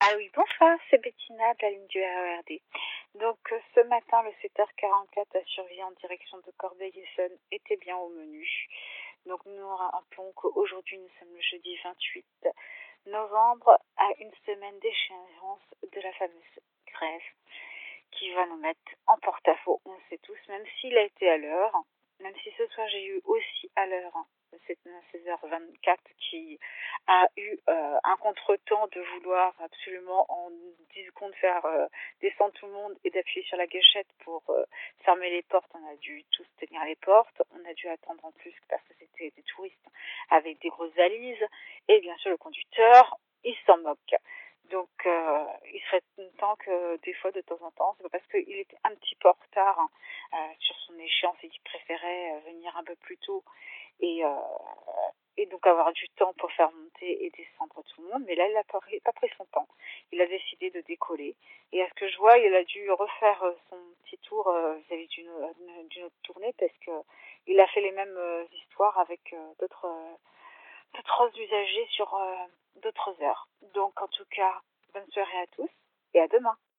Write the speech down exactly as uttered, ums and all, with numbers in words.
Ah oui, bonsoir, c'est Bettina de la ligne du R E R D. Donc euh, ce matin, le sept heures quarante-quatre à Survie en direction de Corbeil-Essonnes était bien au menu. Donc nous rappelons qu'aujourd'hui nous sommes le jeudi vingt-huit novembre, à une semaine d'échéance de la fameuse grève qui va nous mettre en porte-à-faux, on le sait tous, même s'il a été à l'heure, même si ce soir j'ai eu aussi à l'heure seize heures vingt-quatre qui a eu euh, un contretemps de vouloir absolument en dix secondes faire euh, descendre tout le monde et d'appuyer sur la gâchette pour euh, fermer les portes. On a dû tous tenir les portes, on a dû attendre en plus parce que c'était des touristes avec des grosses valises et bien sûr le conducteur, il s'en moque. Donc euh, il serait temps que des fois de temps en temps, c'est pas parce qu'il était un petit peu en retard hein, euh, sur son échéance et qu'il préférait euh, venir un peu plus tôt et, euh, et donc avoir du temps pour faire monter et descendre tout le monde, mais là il n'a pas, pas pris son temps, il a décidé de décoller et à ce que je vois il a dû refaire son petit tour euh, vis-à-vis d'une, d'une autre tournée parce qu'il a fait les mêmes euh, histoires avec euh, d'autres, euh, d'autres usagers sur euh, d'autres heures. Donc en tout cas, bonne soirée à tous et à demain.